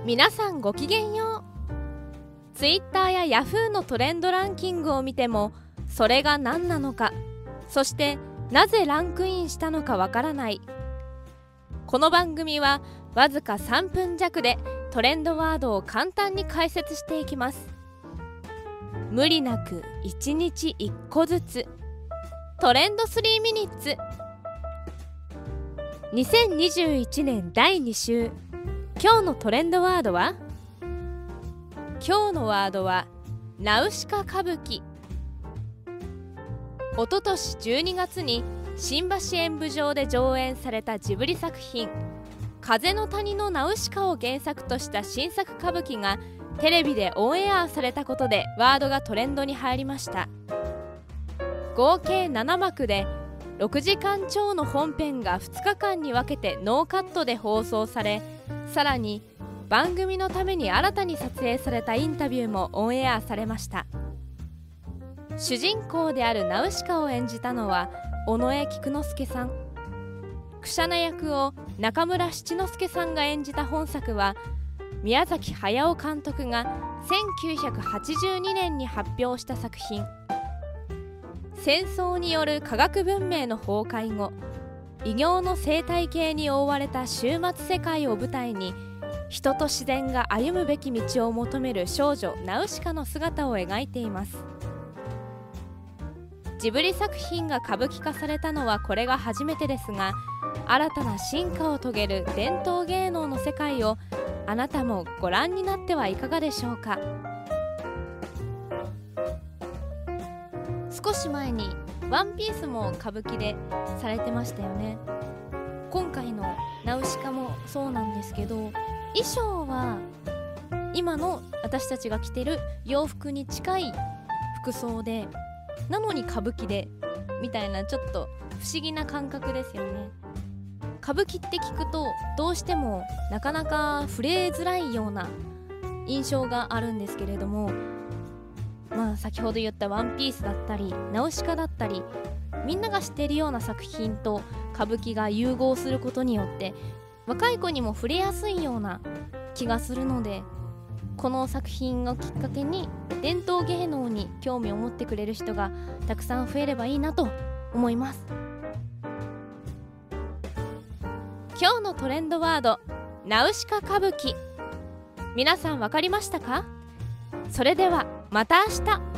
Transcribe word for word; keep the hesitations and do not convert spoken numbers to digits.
皆さんごきげんよう。ツイッターやヤフーのトレンドランキングを見ても、それが何なのか、そしてなぜランクインしたのかわからない。この番組はわずかさんぷん弱でトレンドワードを簡単に解説していきます。無理なくいちにちいっこずつ、トレンドスリーミニッツ。にせんにじゅういちねんだいに週、今日のトレンドワードは、今日のワードはナウシカ歌舞伎。おととしじゅうにがつに新橋演舞場で上演されたジブリ作品「風の谷のナウシカ」を原作とした新作歌舞伎がテレビでオンエアされたことでワードがトレンドに入りました。合計ななまくでろくじかん超の本編がふつかかんに分けてノーカットで放送され、さらに番組のために新たに撮影されたインタビューもオンエアされました。主人公であるナウシカを演じたのは尾上菊之助さん。クシャナ役を中村七之助さんが演じた本作は、宮崎駿監督がせんきゅうひゃくはちじゅうにねんに発表した作品。戦争による科学文明の崩壊後、異形の生態系に覆われた終末世界を舞台に、人と自然が歩むべき道を求める少女ナウシカの姿を描いています。ジブリ作品が歌舞伎化されたのはこれが初めてですが、新たな進化を遂げる伝統芸能の世界をあなたもご覧になってはいかがでしょうか。少し前にワンピースも歌舞伎でされてましたよね。今回のナウシカもそうなんですけど、衣装は今の私たちが着てる洋服に近い服装で、なのに歌舞伎でみたいな、ちょっと不思議な感覚ですよね。歌舞伎って聞くとどうしてもなかなか触れづらいような印象があるんですけれども、まあ先ほど言ったワンピースだったりナウシカだったり、みんなが知っているような作品と歌舞伎が融合することによって若い子にも触れやすいような気がするので、この作品をきっかけに伝統芸能に興味を持ってくれる人がたくさん増えればいいなと思います。今日のトレンドワード、ナウシカ歌舞伎。皆さん分かりましたか？それではまた明日。